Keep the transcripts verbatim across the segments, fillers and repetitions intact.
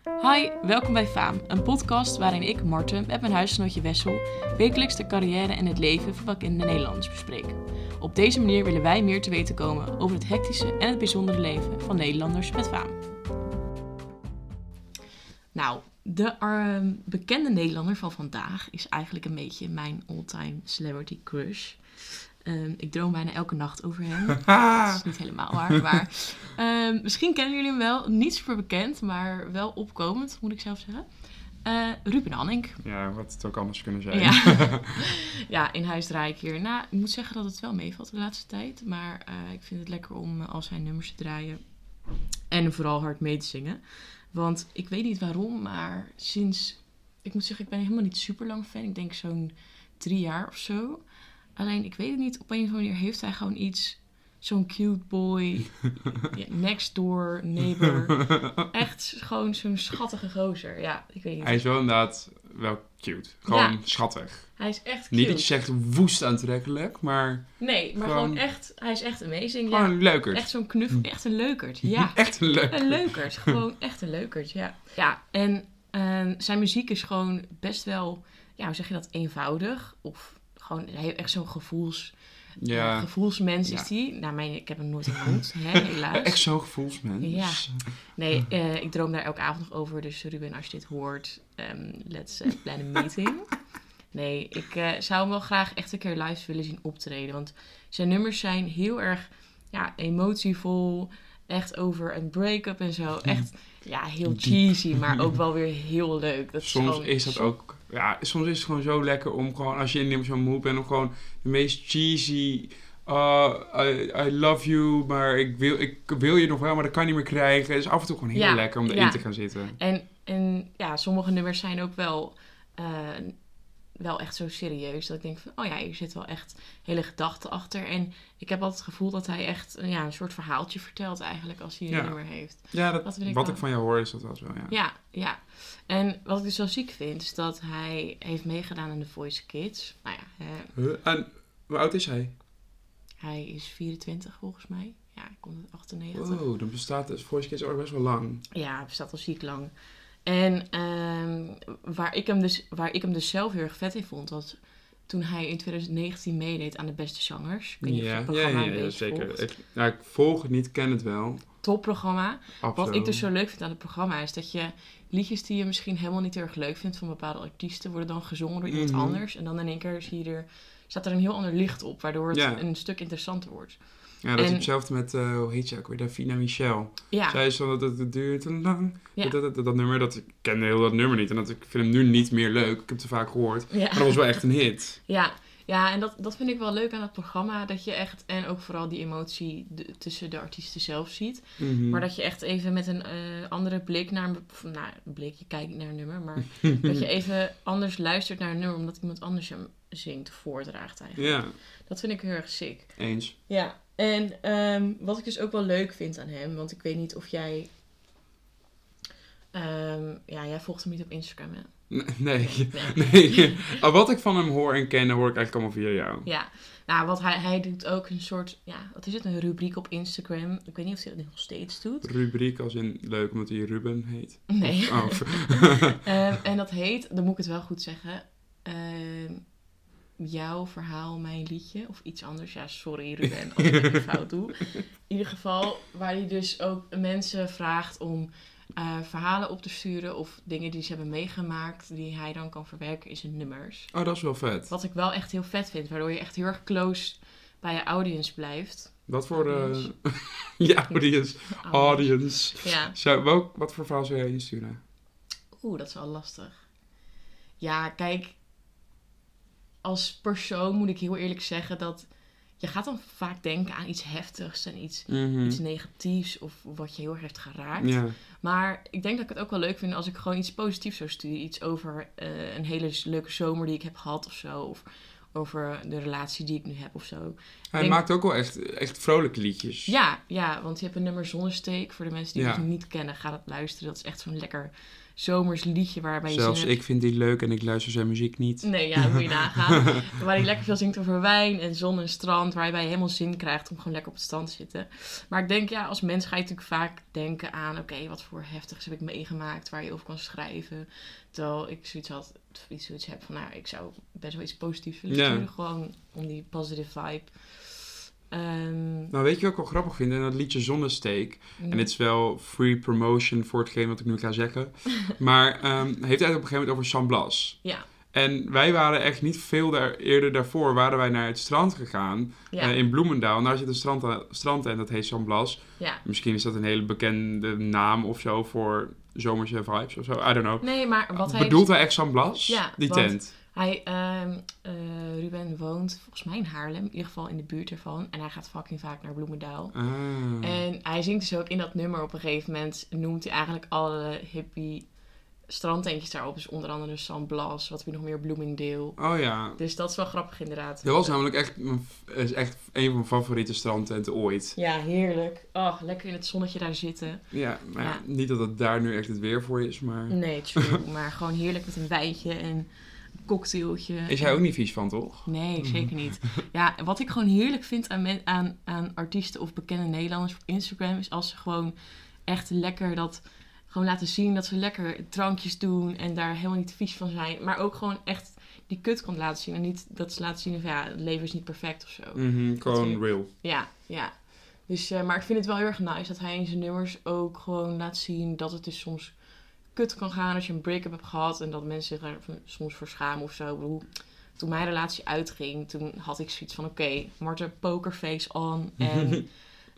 Hi, welkom bij Faam, een podcast waarin ik, Marten, met mijn huisgenootje Wessel wekelijks de carrière en het leven van bekende Nederlanders bespreek. Op deze manier willen wij meer te weten komen over het hectische en het bijzondere leven van Nederlanders met faam. Nou, de uh, bekende Nederlander van vandaag is eigenlijk een beetje mijn all-time celebrity crush. Um, ik droom bijna elke nacht over hem. Dat is niet helemaal waar, maar um, misschien kennen jullie hem wel. Niet super bekend, maar wel opkomend, moet ik zelf zeggen. Uh, Ruben Anninck. Ja, wat het ook anders kunnen zijn. Ja, ja, in huis draai ik hier. Nou, ik moet zeggen dat het wel meevalt de laatste tijd. Maar uh, ik vind het lekker om uh, al zijn nummers te draaien. En vooral hard mee te zingen. Want ik weet niet waarom, maar sinds... Ik moet zeggen, ik ben helemaal niet super lang fan. Ik denk zo'n drie jaar of zo. Alleen, ik weet het niet, op een of andere manier heeft hij gewoon iets, zo'n cute boy, ja, next door, neighbor. Echt gewoon zo'n schattige gozer. Ja, ik weet niet. Hij is wel inderdaad wel cute. Gewoon ja. Schattig. Hij is echt cute. Niet dat je zegt woest aantrekkelijk, maar... Nee, maar gewoon, gewoon echt, hij is echt amazing. Gewoon ja. een leukert. Echt zo'n knuffel, echt een leukert, ja. Echt een leukert. Een leukert, gewoon echt een leukert, ja. Ja, en uh, zijn muziek is gewoon best wel, ja, hoe zeg je dat, eenvoudig of... Gewoon, hij heeft echt zo'n gevoels, ja. uh, gevoelsmens is hij. Nou, mijn, ik heb hem nooit ontmoet, hè, helaas. Echt zo'n gevoelsmens? Ja. Nee, uh, ik droom daar elke avond nog over. Dus Ruben, als je dit hoort, um, let's uh, plan a meeting. Nee, ik uh, zou hem wel graag echt een keer live willen zien optreden. Want zijn nummers zijn heel erg ja, emotievol. Echt over een break-up en zo. Echt ja, heel cheesy, maar ook wel weer heel leuk. Dat Soms is, gewoon, is dat ook... Ja, soms is het gewoon zo lekker om gewoon, als je in zo'n mood bent, om gewoon de meest cheesy... Uh, I, I love you, maar ik wil, ik wil je nog wel, maar dat kan je niet meer krijgen. Het is af en toe gewoon heel ja, lekker om erin ja. te gaan zitten. En, en ja, sommige nummers zijn ook wel... Uh, wel echt zo serieus. Dat ik denk van, oh ja, hier zit wel echt hele gedachten achter. En ik heb altijd het gevoel dat hij echt ja, een soort verhaaltje vertelt eigenlijk als hij een ja. nummer heeft. Ja, dat, dat ik wat wel. ik van jou hoor is dat wel zo, ja. Ja, ja. En wat ik dus wel ziek vind, is dat hij heeft meegedaan aan The Voice Kids. Nou ja. Uh, huh? En hoe oud is hij? Hij is vierentwintig volgens mij. Ja, hij komt uit achtennegentig. Oh, dan bestaat The Voice Kids ook best wel lang. Ja, het bestaat al ziek lang. En um, waar, ik hem dus, waar ik hem dus zelf heel erg vet in vond, was toen hij in twintig negentien meedeed aan de beste zangers. Ik weet niet ja, of je het ja, programma ja, ja zeker. Ik, nou, ik volg het niet, ken het wel. Topprogramma. Absoluut. Wat ik dus zo leuk vind aan het programma is dat je liedjes die je misschien helemaal niet heel erg leuk vindt van bepaalde artiesten, worden dan gezongen door iemand mm-hmm. anders. En dan in één keer zie je er, staat er een heel ander licht op, waardoor het ja. een stuk interessanter wordt. Ja, dat en, is hetzelfde met, uh, hoe heet je ook weer, Davina Michel. Ja. Zij is van, dat het duurt te lang. Ja. Dat, dat, dat, dat nummer, dat, ik ken heel dat nummer niet. En dat, ik vind hem nu niet meer leuk. Ik heb het te vaak gehoord. Ja. Maar dat was wel echt een hit. Ja, ja en dat, dat vind ik wel leuk aan het programma. Dat je echt, en ook vooral die emotie de, tussen de artiesten zelf ziet. Mm-hmm. Maar dat je echt even met een uh, andere blik naar een, nou, een blik, je kijkt niet naar een nummer. Maar dat je even anders luistert naar een nummer, omdat iemand anders hem zingt of voordraagt eigenlijk. Ja. Dat vind ik heel erg sick. Eens. Ja. En um, wat ik dus ook wel leuk vind aan hem, want ik weet niet of jij... Um, ja, jij volgt hem niet op Instagram, hè? Nee, nee. nee. nee. Wat ik van hem hoor en ken, hoor ik eigenlijk allemaal via jou. Ja, nou, wat hij, hij doet ook een soort, ja, wat is het, een rubriek op Instagram. Ik weet niet of hij dat nog steeds doet. Rubriek als in leuk, omdat hij Ruben heet? Nee. Oh. um, en dat heet, dan moet ik het wel goed zeggen... Um, jouw verhaal, mijn liedje. Of iets anders. Ja, sorry Ruben, als ik het fout doe. In ieder geval, waar hij dus ook mensen vraagt om uh, verhalen op te sturen. Of dingen die ze hebben meegemaakt, die hij dan kan verwerken in zijn nummers. Oh, dat is wel vet. Wat ik wel echt heel vet vind. Waardoor je echt heel erg close bij je audience blijft. Wat voor de... Uh, je audience. Audience. Ja. Zou, welk, wat voor verhaal zou jij insturen? Oeh, dat is wel lastig. Ja, kijk... Als persoon moet ik heel eerlijk zeggen dat... Je gaat dan vaak denken aan iets heftigs en iets, mm-hmm. iets negatiefs... of wat je heel erg heeft geraakt. Ja. Maar ik denk dat ik het ook wel leuk vind als ik gewoon iets positiefs zou sturen. Iets over uh, een hele leuke zomer die ik heb gehad of zo. Of over de relatie die ik nu heb of zo. Hij denk, maakt ook wel echt, echt vrolijke liedjes. Ja, ja, want je hebt een nummer Zonnesteek. Voor de mensen die Ja. het niet kennen, ga dat luisteren. Dat is echt zo'n lekker zomers liedje waarbij je Zelfs zin ik vind die leuk en ik luister zijn muziek niet. Nee, ja, dat moet je nagaan. Waar hij lekker veel zingt over wijn en zon en strand. Waarbij je helemaal zin krijgt om gewoon lekker op het strand te zitten. Maar ik denk, ja, als mens ga je natuurlijk vaak denken aan... Oké, okay, wat voor heftigs heb ik meegemaakt waar je over kan schrijven. Terwijl ik zoiets had, iets zoiets heb van... Nou, ik zou best wel iets positiefs willen sturen. Ja. Gewoon om die positive vibe. Um, nou, weet je wat ik wel grappig vind? En dat liedje Zonnesteek. Mm. En dit is wel free promotion voor hetgeen wat ik nu ga zeggen. Maar um, heeft hij het op een gegeven moment over San Blas. Ja. En wij waren echt niet veel daar, eerder daarvoor... waren wij naar het strand gegaan. Ja. Uh, in Bloemendaal. En daar zit een strand, strand en dat heet San Blas. Ja. Misschien is dat een hele bekende naam of zo... voor zomerse vibes of zo. I don't know. Nee, maar wat hij... Bedoelt hij echt San Blas? Ja, die tent? Hij, uh, uh, Ruben woont volgens mij in Haarlem, in ieder geval in de buurt ervan. En hij gaat fucking vaak naar Bloemendaal. Ah. En hij zingt dus ook in dat nummer op een gegeven moment, noemt hij eigenlijk alle hippie strandtentjes daarop. Dus onder andere San Blas, wat heb je nog meer, Bloomingdale. Oh ja. Dus dat is wel grappig inderdaad. Dat was namelijk echt, is echt een van mijn favoriete strandtenten ooit. Ja, heerlijk. Oh, lekker in het zonnetje daar zitten. Ja, maar ja. Ja. Niet dat het daar nu echt het weer voor is, maar... Nee, true. Maar gewoon heerlijk met een wijntje en... cocktailtje. Is jij ook niet vies van, toch? Nee, zeker niet. Ja, wat ik gewoon heerlijk vind aan, men, aan, aan artiesten of bekende Nederlanders op Instagram... is als ze gewoon echt lekker dat... gewoon laten zien dat ze lekker drankjes doen... en daar helemaal niet vies van zijn. Maar ook gewoon echt die kut kan laten zien. En niet dat ze laten zien van ja, het leven is niet perfect of zo. Mm-hmm, gewoon real. Ja, ja. Dus, uh, maar ik vind het wel heel erg nice dat hij in zijn nummers ook gewoon laat zien... dat het dus soms... kut kan gaan als je een break-up hebt gehad en dat mensen zich er soms voor schamen of zo. Ik bedoel, toen mijn relatie uitging, toen had ik zoiets van oké, okay, Marten, pokerface on en,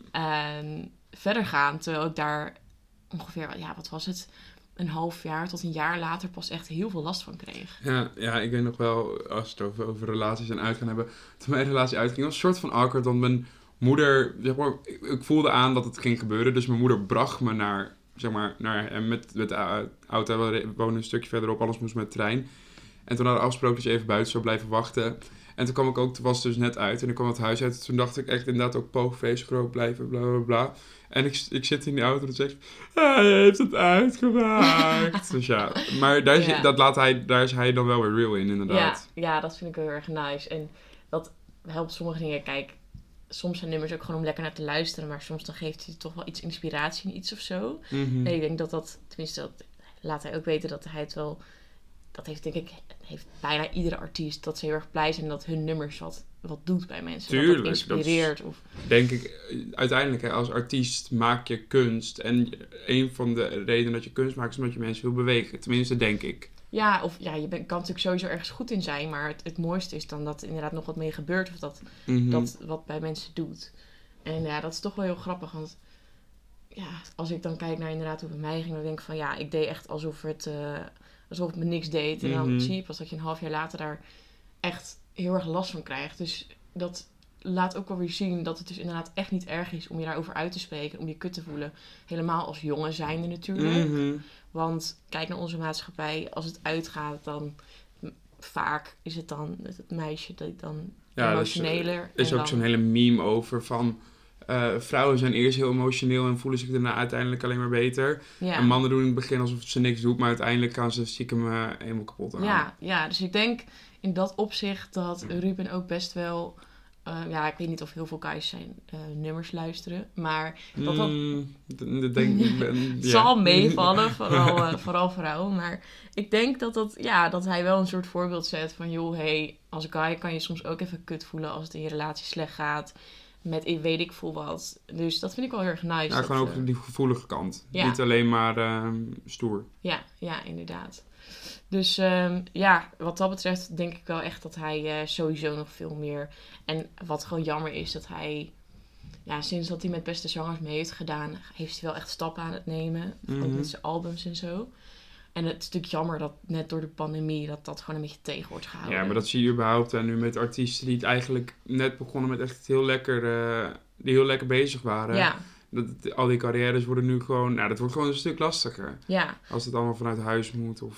en verder gaan. Terwijl ik daar ongeveer, ja, wat was het, een half jaar tot een jaar later pas echt heel veel last van kreeg. Ja, ja, ik weet nog wel, als we het over, over relaties en uitgaan hebben, toen mijn relatie uitging, was een soort van awkward, want mijn moeder, zeg maar, ik, ik voelde aan dat het ging gebeuren, dus mijn moeder bracht me naar... zeg maar, naar hem met, met de auto. We woonden een stukje verderop, alles moest met de trein. En toen hadden we afgesproken dat je even buiten zou blijven wachten. En toen kwam ik ook, toen was het dus net uit. En ik kwam het huis uit. Toen dacht ik echt inderdaad ook pokerface, groot blijven, bla bla bla. En ik, ik zit in die auto en zegt, hij heeft het uitgemaakt. Dus ja, maar daar is, ja. dat laat hij, daar is hij dan wel weer real in, inderdaad. Ja, ja, dat vind ik heel erg nice. En dat helpt sommige dingen, kijk... Soms zijn nummers ook gewoon om lekker naar te luisteren. Maar soms dan geeft hij toch wel iets inspiratie in iets of zo. Mm-hmm. En ik denk dat dat... Tenminste, dat laat hij ook weten dat hij het wel... Dat heeft denk ik... Heeft bijna iedere artiest dat ze heel erg blij zijn dat hun nummers wat, wat doet bij mensen. Tuurlijk. Dat het inspireert. Dat is, of... Denk ik, uiteindelijk hè, als artiest maak je kunst. En een van de redenen dat je kunst maakt is omdat je mensen wil bewegen. Tenminste, denk ik. Ja, of ja, je ben, kan natuurlijk sowieso ergens goed in zijn. Maar het, het mooiste is dan dat er inderdaad nog wat mee gebeurt. Of dat, mm-hmm. dat wat bij mensen doet. En ja, dat is toch wel heel grappig. Want ja, als ik dan kijk naar inderdaad hoe het bij mij ging. Dan denk ik van ja, ik deed echt alsof het, uh, alsof het me niks deed. En dan mm-hmm. zie je pas dat je een half jaar later daar echt heel erg last van krijgt. Dus dat laat ook wel weer zien dat het dus inderdaad echt niet erg is om je daarover uit te spreken. Om je kut te voelen. Helemaal als jongen zijnde natuurlijk. Mm-hmm. Want kijk naar onze maatschappij. Als het uitgaat, dan vaak is het dan het meisje dat dan ja, emotioneler. Er is ook dan... zo'n hele meme over van... Uh, vrouwen zijn eerst heel emotioneel en voelen zich daarna uiteindelijk alleen maar beter. Ja. En mannen doen in het begin alsof ze niks doen, maar uiteindelijk gaan ze stiekem uh, helemaal kapot aan. Ja, ja, dus ik denk in dat opzicht dat Ruben ook best wel... Uh, ja, ik weet niet of heel veel guys zijn uh, nummers luisteren, maar dat dat... Mm, dat denk ik ben... Het zal meevallen, vooral, uh, vooral vrouwen, maar ik denk dat, dat, ja, dat hij wel een soort voorbeeld zet van... joh, hey, als guy kan je soms ook even kut voelen als het in je relatie slecht gaat... Met weet ik veel wat. Dus dat vind ik wel heel erg nice. Ja, dat, gewoon ook uh, die gevoelige kant. Ja. Niet alleen maar uh, stoer. Ja, ja, inderdaad. Dus um, ja, wat dat betreft denk ik wel echt dat hij uh, sowieso nog veel meer... En wat gewoon jammer is, dat hij... Ja, sinds dat hij met Beste Zangers mee heeft gedaan... heeft hij wel echt stappen aan het nemen. Mm-hmm. Ook met zijn albums en zo. En het is natuurlijk jammer dat net door de pandemie... dat dat gewoon een beetje tegen wordt gehouden. Ja, maar dat zie je überhaupt. En nu met artiesten die het eigenlijk net begonnen met echt heel lekker... Uh, die heel lekker bezig waren. Ja. Dat, al die carrières worden nu gewoon... Nou, dat wordt gewoon een stuk lastiger. Ja. Als het allemaal vanuit huis moet of...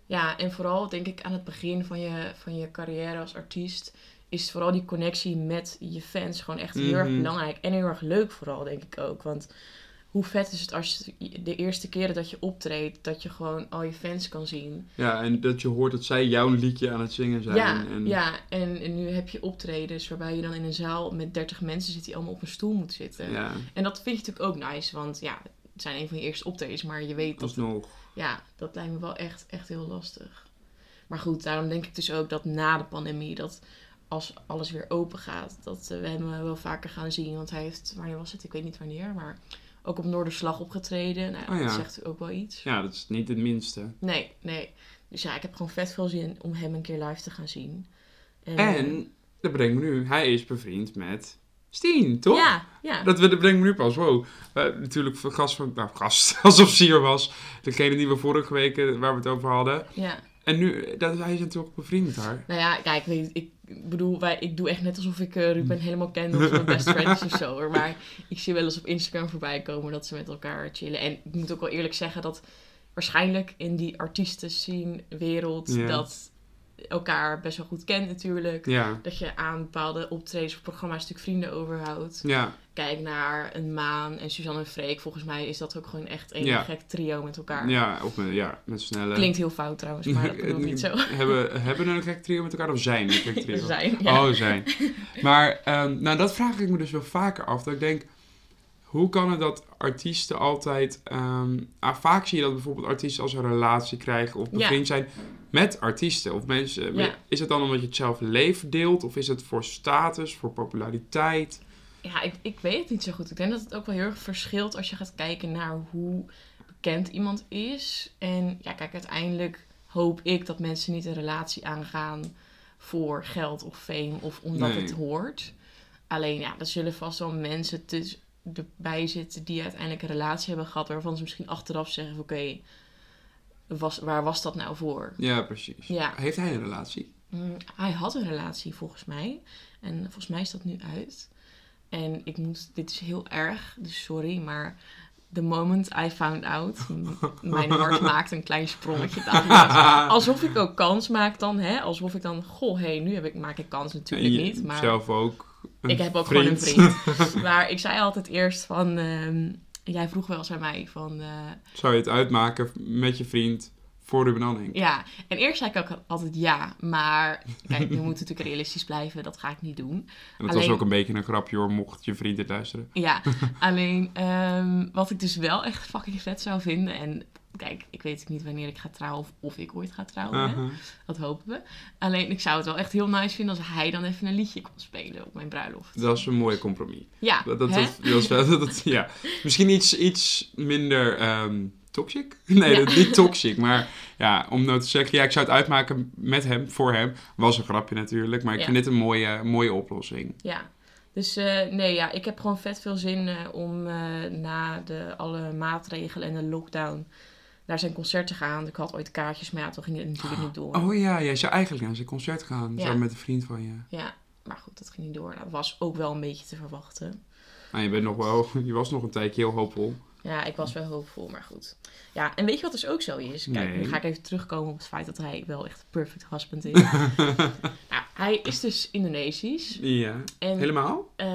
Ja, en vooral denk ik aan het begin van je, van je carrière als artiest... is vooral die connectie met je fans gewoon echt heel erg Mhm. belangrijk. En heel erg leuk vooral, denk ik ook. Want hoe vet is het als je de eerste keren dat je optreedt... dat je gewoon al je fans kan zien. Ja, en dat je hoort dat zij jouw liedje aan het zingen zijn. Ja, en... ja. En, en nu heb je optredens waarbij je dan in een zaal met dertig mensen zit... die allemaal op een stoel moet zitten. Ja, En dat vind je natuurlijk ook nice. Want ja, het zijn een van je eerste optredens. Maar je weet dat... alsnog. Ja, dat lijkt me wel echt, echt heel lastig. Maar goed, daarom denk ik dus ook dat na de pandemie... dat als alles weer open gaat, dat uh, we hem uh, wel vaker gaan zien. Want hij heeft, wanneer was het? Ik weet niet wanneer, maar ook op Noorderslag opgetreden. Nou, Oh ja. dat zegt ook wel iets. Ja, dat is niet het minste. Nee, nee. Dus ja, ik heb gewoon vet veel zin om hem een keer live te gaan zien. En, En, dat brengt me nu, hij is bevriend met Steen, toch? Ja, ja. Dat, dat brengt me nu pas, wow. Uh, natuurlijk van gast van, nou gast, alsof ze hier was. Degene die we vorige week, uh, waar we het over hadden. ja. En nu, dat, hij is natuurlijk bevriend met haar. Nou ja, kijk, weet, ik bedoel, wij, ik doe echt net alsof ik uh, Ruben helemaal ken of mijn best friends of zo. Hoor. Maar ik zie wel eens op Instagram voorbij komen dat ze met elkaar chillen. En ik moet ook wel eerlijk zeggen dat waarschijnlijk in die artiesten scene wereld Ja. dat elkaar best wel goed kent natuurlijk. Ja, Dat je aan bepaalde optredens of programma's natuurlijk vrienden overhoudt. ja, Kijk naar een Maan en Suzanne en Freek. Volgens mij is dat ook gewoon echt een Ja. gek trio met elkaar. ja, of met, ja, met snelle... Klinkt heel fout trouwens, maar dat bedoel ik niet zo. hebben, hebben we een gek trio met elkaar of zijn een gek trio? Zijn, ja. Oh, zijn. Maar, um, nou dat vraag ik me dus wel vaker af. Dat ik denk, hoe kan het dat artiesten altijd... Um, ah, vaak zie je dat bijvoorbeeld artiesten als een relatie krijgen of bevriend zijn met artiesten of mensen. Ja. Is het dan omdat je het zelf leven deelt? Of is het voor status, voor populariteit? Ja, ik, ik weet het niet zo goed. Ik denk dat het ook wel heel erg verschilt als je gaat kijken naar hoe bekend iemand is. En ja, kijk, uiteindelijk hoop ik dat mensen niet een relatie aangaan voor geld of fame of omdat Nee. het hoort. Alleen ja, er zullen vast wel mensen tuss- erbij zitten die uiteindelijk een relatie hebben gehad waarvan ze misschien achteraf zeggen van, oké, was, waar was dat nou voor? Ja, precies. Ja. Heeft hij een relatie? Mm, hij had een relatie volgens mij. En volgens mij is dat nu uit. En ik moet, dit is heel erg, dus sorry, maar the moment I found out, m- mijn hart maakt een klein sprongetje. Daar. Alsof ik ook kans maak dan, hè? Alsof ik dan, goh, hé, hey, nu heb ik, maak ik kans natuurlijk En je niet. Maar zelf ook een ik heb ook vriend. gewoon een vriend. Maar ik zei altijd eerst van, ehm, jij vroeg wel eens aan mij van, uh, Zou je het uitmaken met je vriend voor de benaming? ja. En eerst zei ik ook altijd ja, maar kijk, we moeten natuurlijk realistisch blijven, dat ga ik niet doen. En dat Alleen- was ook een beetje een grapje hoor, mocht je vriend dit luisteren. Ja, alleen um, wat ik dus wel echt fucking vet zou vinden. En kijk, ik weet niet wanneer ik ga trouwen of, of ik ooit ga trouwen. Hè? Uh-huh. Dat hopen we. Alleen ik zou het wel echt heel nice vinden als hij dan even een liedje kon spelen op mijn bruiloft. Dat is een mooi compromis. Ja, Dat, dat, hè? dat, dat, is wel- dat, dat- ja. Misschien iets, iets minder ehm toxic? Nee, Ja. dat, niet toxic, maar ja, om nou te zeggen, ja, ik zou het uitmaken met hem, voor hem. Was een grapje natuurlijk, maar ik Ja. vind dit een mooie, mooie oplossing. Ja. Dus uh, nee, ja, ik heb gewoon vet veel zin uh, om uh, na de, alle maatregelen en de lockdown naar zijn concert te gaan. Ik had ooit kaartjes, maar ja, toen ging het natuurlijk niet door. Oh ja, jij zou eigenlijk naar zijn concert gaan, Ja. samen met een vriend van je. Ja, maar goed, dat ging niet door. Dat was ook wel een beetje te verwachten. Nou, je bent nog wel, je was nog een tijdje heel hoopvol. Ja, ik was wel hoopvol, maar goed. Ja, en weet je wat dus ook zo is? Kijk, Nee. nu ga ik even terugkomen op het feit dat hij wel echt een perfect husband is. Nou, hij is dus Indonesisch. Ja, En, helemaal? eh,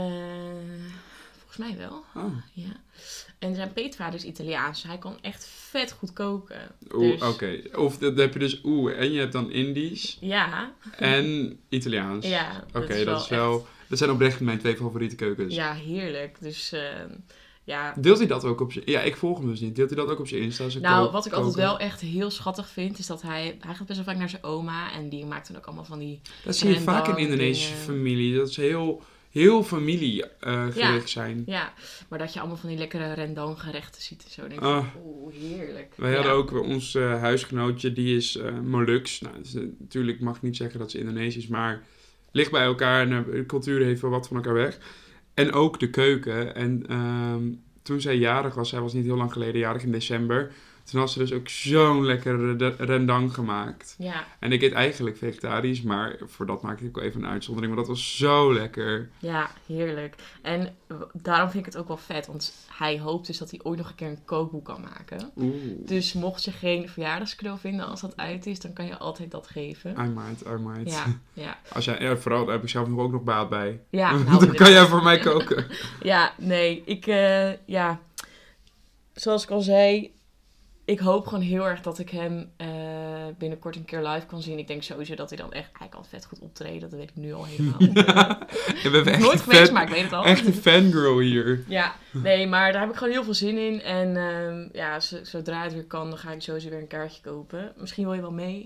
volgens mij wel, Oh. ja. En zijn peetvader is Italiaans. Hij kan echt vet goed koken. Oeh, Dus- oké. Of dat heb je dus oeh, en je hebt dan Indisch Ja, en Italiaans. ja. Oké, dat is wel... echt- Dat zijn oprecht mijn twee favoriete keukens. Ja, heerlijk. Dus eh, ja... Deelt hij dat ook op zijn... Ja, ik volg hem dus niet. Deelt hij dat ook op zijn Insta? zijn Nou, ko- wat ik altijd koken? wel echt heel schattig vind, is dat hij... Hij gaat best wel vaak naar zijn oma en die maakt dan ook allemaal van die... Dat zie je vaak in rendang Indonesische dingen. familie. Dat ze heel, heel familie eh, gericht zijn. Ja, maar dat je allemaal van die lekkere rendang gerechten ziet en zo. Denk ik, Ah. oeh, heerlijk. Wij ja. hadden ook ons eh, huisgenootje, die is eh Molux. Nou, dus, eh, natuurlijk mag ik niet zeggen dat ze Indonesisch is, maar ligt bij elkaar en eh, de cultuur heeft wel wat van elkaar weg. En ook de keuken. En ehm, toen zij jarig was, zij was niet heel lang geleden jarig in december, Toen had ze dus ook zo'n lekkere rendang gemaakt. Ja. En ik eet eigenlijk vegetarisch, maar voor dat maak ik ook even een uitzondering. Want dat was zo lekker. Ja, heerlijk. En daarom vind ik het ook wel vet. Want hij hoopt dus dat hij ooit nog een keer een kookboek kan maken. Oeh. Dus mocht je geen verjaardagscadeau vinden als dat uit is, dan kan je altijd dat geven. I might, I might. Ja, ja. Als jij, ja, vooral daar heb ik zelf nog ook nog baat bij. Ja, nou, dan kan inderdaad. jij voor mij koken. Ja, nee. Ik, uh, ja... Zoals ik al zei... Ik hoop gewoon heel erg dat ik hem uh, binnenkort een keer live kan zien. Ik denk sowieso dat hij dan echt... Hij kan vet goed optreden, dat weet ik nu al helemaal. Ja, we hebben echt nooit geweest, fan, maar ik weet het al. Echt een fangirl hier. Ja, nee, maar daar heb ik gewoon heel veel zin in. En uh, ja, zodra het weer kan, dan ga ik sowieso weer een kaartje kopen. Misschien wil je wel mee.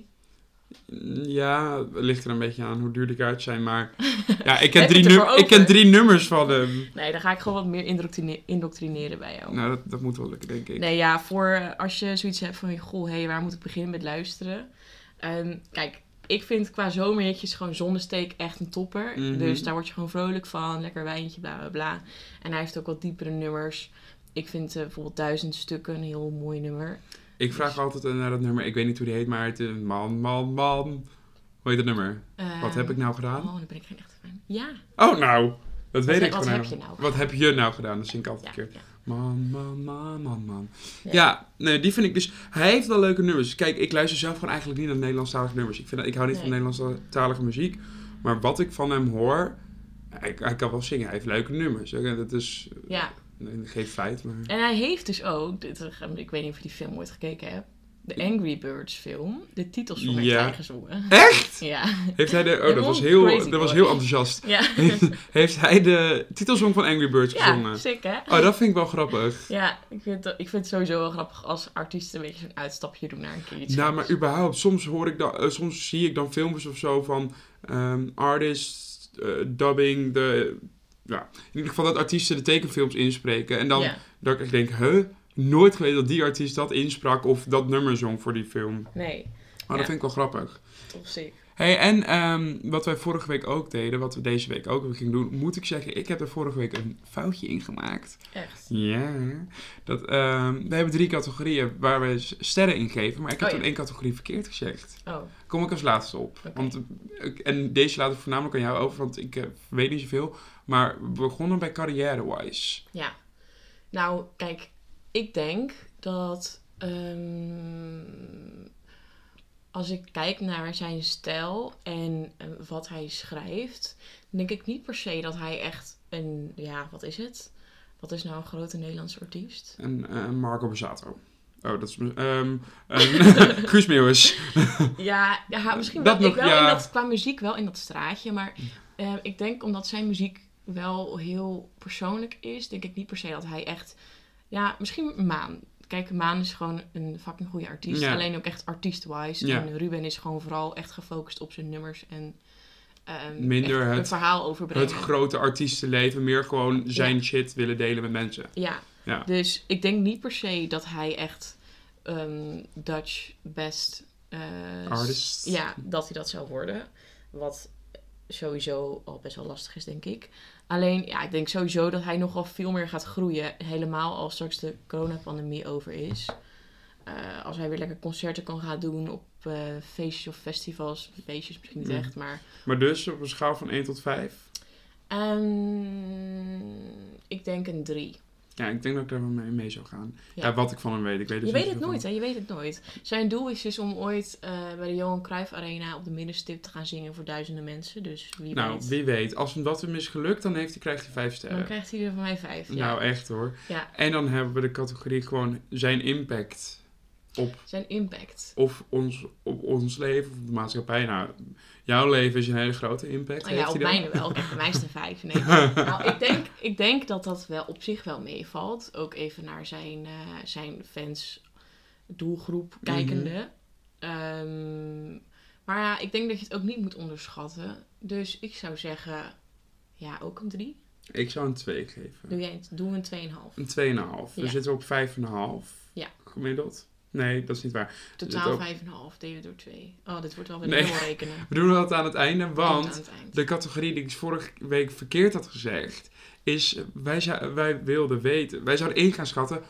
Ja, het ligt er een beetje aan hoe duur de kaartjes zijn, maar... Ja, ik ken, drie, num- over? ik ken drie nummers van hem. Nee, dan ga ik gewoon wat meer indoctrine- indoctrineren bij jou. Nou, dat, dat moet wel lukken, denk ik. Nee, ja, voor als je zoiets hebt van... Goh, hé, hey, waar moet ik beginnen met luisteren? Um, kijk, ik vind qua zomerhitjes gewoon Zonnesteek echt een topper. Mm-hmm. Dus daar word je gewoon vrolijk van. Lekker wijntje, bla, bla, bla. En hij heeft ook wat diepere nummers. Ik vind uh, bijvoorbeeld Duizend Stukken een heel mooi nummer. Ik vraag dus... altijd naar dat nummer. Ik weet niet hoe die heet, maar het is... Man, man, man. Hoe heet dat nummer? Uh, wat heb ik nou gedaan? Oh, dan ben ik geen echte fan. Ja. Oh, nou. Dat wat weet he, ik wat gewoon. Heb je nou wat heb je nou gedaan? Dat zing ik altijd ja, een keer. Ja. Man, man, man, man, man. Ja, ja nee, die vind ik dus... Hij heeft wel leuke nummers. Kijk, ik luister zelf gewoon eigenlijk niet naar Nederlandstalige nummers. Ik, vind, ik hou niet nee. van Nederlandstalige muziek. Maar wat ik van hem hoor... Hij, hij kan wel zingen. Hij heeft leuke nummers. Dat is... Ja. Nee, geen feit, maar... En hij heeft dus ook... Dit, ik weet niet of je die film ooit gekeken hebt. De Angry Birds film. De titelsong heeft ja. hij gezongen. Echt? Ja. Heeft hij de... Oh, dat was heel, dat was heel enthousiast. Ja. Heeft, heeft hij de titelsong van Angry Birds gezongen? Ja, sick hè? Oh, dat vind ik wel grappig. Ja, ik vind, het, ik vind het sowieso wel grappig als artiesten een beetje zo'n uitstapje doen naar een keer iets. Nou, maar überhaupt, soms hoor ik dan... Uh, soms zie ik dan filmpjes of zo van... Um, artists, uh, dubbing, de... Ja, in ieder geval dat artiesten de tekenfilms inspreken. En dan ja. dat ik denk, huh? Nooit geweten dat die artiest dat insprak of dat nummer zong voor die film. Nee. Maar ja. dat vind ik wel grappig. Top sick. Hey, en um, wat wij vorige week ook deden, wat we deze week ook weer gingen doen, moet ik zeggen, ik heb er vorige week een foutje in gemaakt. Echt? Ja. Dat, um, we hebben drie categorieën waar we sterren in geven, maar ik heb oh, toen ja. één categorie verkeerd gezegd. Oh. Kom ik als laatste op. Okay. Want, en deze laat ik voornamelijk aan jou over, want ik uh, weet niet zoveel. Maar we begonnen bij carrière-wise. Ja. Nou, kijk, ik denk dat... Um, als ik kijk naar zijn stijl en uh, wat hij schrijft, denk ik niet per se dat hij echt een, ja, wat is het? Wat is nou een grote Nederlandse artiest? En uh, Marco Borsato. Oh, dat is... Um, um, Guus Meeuwis. ja, ja, misschien dat wel. nog, ik wel ja. in dat, qua muziek wel in dat straatje, maar uh, ik denk omdat zijn muziek wel heel persoonlijk is, denk ik niet per se dat hij echt... Ja, misschien Maan. Kijk, Maan is gewoon een fucking goede artiest. Ja. Alleen ook echt artiest-wise. Ja. En Ruben is gewoon vooral echt gefocust op zijn nummers en um, minder het, een verhaal overbrengen. Het grote artiestenleven, meer gewoon zijn ja. shit willen delen met mensen. Ja. ja, dus ik denk niet per se dat hij echt um, Dutch best uh, artist. Ja, dat hij dat zou worden. Wat sowieso al best wel lastig is, denk ik. Alleen, ja, ik denk sowieso dat hij nogal veel meer gaat groeien. Helemaal als straks de coronapandemie over is. Uh, als hij weer lekker concerten kan gaan doen op uh, feestjes of festivals. Feestjes misschien niet mm. echt, maar... Maar dus op een schaal van één tot vijf? Um, ik denk een drie. Ja, ik denk dat ik daar wel mee, mee zou gaan. Ja. ja, wat ik van hem weet. Ik weet dus je weet het nooit, hè? Je weet het nooit. Zijn doel is dus om ooit uh, bij de Johan Cruijff Arena op de middenstip te gaan zingen voor duizenden mensen. Dus wie nou, weet. wie weet. Als hem dat is gelukt, dan heeft hij, krijgt hij vijf sterren. Dan krijgt hij er van mij vijf, ja. Nou, echt hoor. Ja. En dan hebben we de categorie gewoon zijn impact op... Zijn impact. Of ons, op ons leven, of de maatschappij. Nou, jouw leven is een hele grote impact. Oh ja, op mijne wel. Kijk, bij mij is het een vijf. Nee. nou, ik denk, ik denk dat dat wel op zich wel meevalt. Ook even naar zijn, uh, zijn fans doelgroep kijkende. Mm-hmm. Um, maar ja, ik denk dat je het ook niet moet onderschatten. Dus ik zou zeggen, ja, ook een drie. Ik zou een twee geven. Doe jij doe een twee komma vijf. Een twee komma vijf. Ja. We zitten op vijf komma vijf. Ja. Gemiddeld. Nee, dat is niet waar. Totaal vijf komma vijf delen door twee. Oh, dit wordt wel weer nee. heel rekenen. We doen dat aan het einde, want het eind. de categorie die ik vorige week verkeerd had gezegd, is wij, zou, wij wilden weten, wij zouden in gaan schatten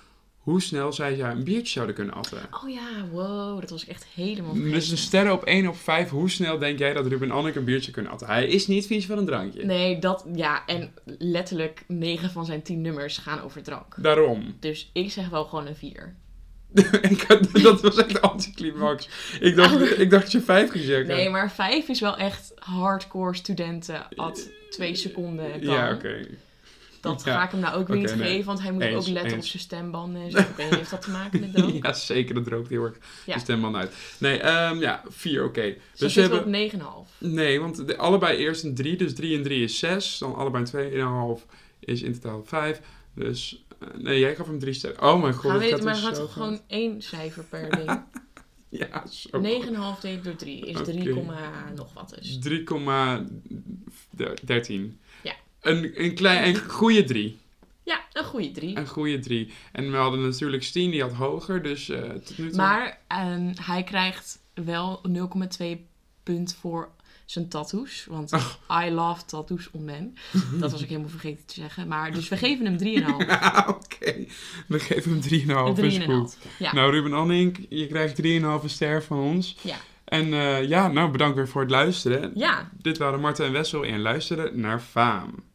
hoe snel zij een biertje zouden kunnen atten. Oh ja, wow, dat was ik echt helemaal Dus vergeten. de sterren op één op vijf, hoe snel denk jij dat Ruben en Anneke een biertje kunnen atten? Hij is niet vies van een drankje. Nee, dat, ja, en letterlijk negen van zijn tien nummers gaan over drank. Daarom. Dus ik zeg wel gewoon een vier. ik had, dat was echt anticlimax. Ik dacht, ik dacht dat je vijf ging zeggen. Nee, maar vijf is wel echt hardcore studenten at twee seconden kan. Ja, oké. Okay. Dat ja. ga ik hem nou ook weer Okay, niet nee. geven, want hij moet eens, ook letten eens. op zijn stembanden en zo. Ik weet niet, heeft dat te maken met drank? Ja, zeker. Dat droogt heel erg Ja. de stemband uit. Nee, um, ja, vier, oké. Okay. Dus, Dus dan we zitten hebben... we op negen komma vijf. Nee, want de, allebei eerst een drie, dus drie en drie is zes. Dan allebei een twee komma vijf is in totaal vijf. Dus, uh, nee, jij gaf hem drie sterren. Oh mijn god, Gaan we het dit, gaat maar dus gaat zo toch goed. gewoon één cijfer per ding? Ja, zo negen komma vijf delen door drie is Oké. drie, nog wat dus. drie komma dertien. Ja. Een, een, klein, een goede drie. Ja, een goede drie. Een goede drie. En we hadden natuurlijk Steen, die had hoger, dus uh, tot nu toe... Maar um, hij krijgt wel nul komma twee punt voor zijn tattoos. Want oh. I love tattoos on men. Dat was ik helemaal vergeten te zeggen. Maar dus we geven hem drie komma vijf. Ja, oké. Okay. We geven hem drie komma vijf. Is goed. Ja. Nou, Ruben Annink, je krijgt drie komma vijf ster van ons. Ja. En uh, ja, nou bedankt weer voor het luisteren. Ja. Dit waren Marta en Wessel en luisteren naar Faam.